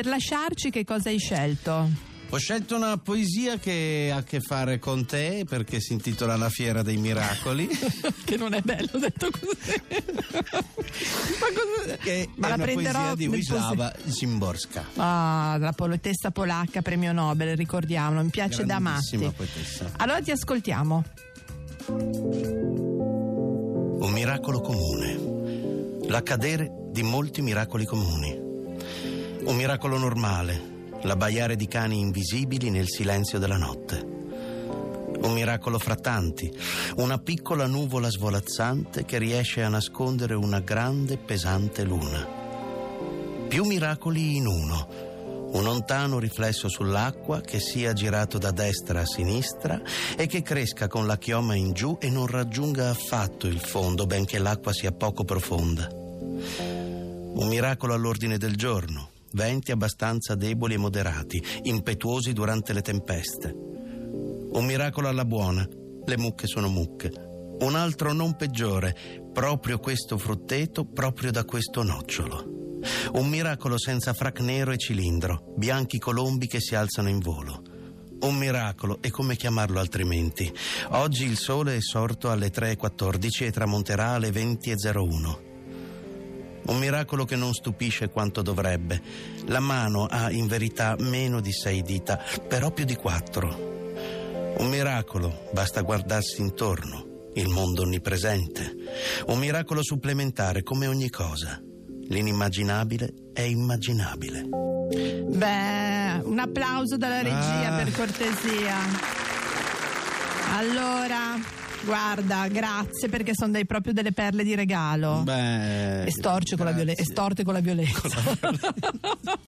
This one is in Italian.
per lasciarci che cosa hai scelto? Ho scelto una poesia che ha a che fare con te, perché si intitola La fiera dei miracoli. Che non è bello detto così. Ma la una prenderò poesia di Wisława Szymborska. La poetessa polacca, premio Nobel, ricordiamolo, mi piace da matti. Grandissima poetessa. Allora ti ascoltiamo. Un miracolo comune, l'accadere di molti miracoli comuni. Un miracolo normale, l'abbaiare di cani invisibili nel silenzio della notte. Un miracolo fra tanti, una piccola nuvola svolazzante che riesce a nascondere una grande pesante luna. Più miracoli in uno, un lontano riflesso sull'acqua che sia girato da destra a sinistra e che cresca con la chioma in giù e non raggiunga affatto il fondo, benché l'acqua sia poco profonda. Un miracolo all'ordine del giorno, venti abbastanza deboli e moderati, impetuosi durante le tempeste. Un miracolo alla buona, le mucche sono mucche. Un altro non peggiore, proprio questo frutteto, proprio da questo nocciolo. Un miracolo senza frac nero e cilindro, bianchi colombi che si alzano in volo. Un miracolo, e come chiamarlo altrimenti? Oggi il sole è sorto alle 3:14 e tramonterà alle 20:01. Un miracolo che non stupisce quanto dovrebbe. La mano ha in verità meno di 6 dita, però più di 4. Un miracolo, basta guardarsi intorno, il mondo onnipresente. Un miracolo supplementare come ogni cosa. L'inimmaginabile è immaginabile. Beh, un applauso dalla regia per cortesia. Allora... Guarda, grazie, perché sono proprio delle perle di regalo. Beh, Estorte con la violenza.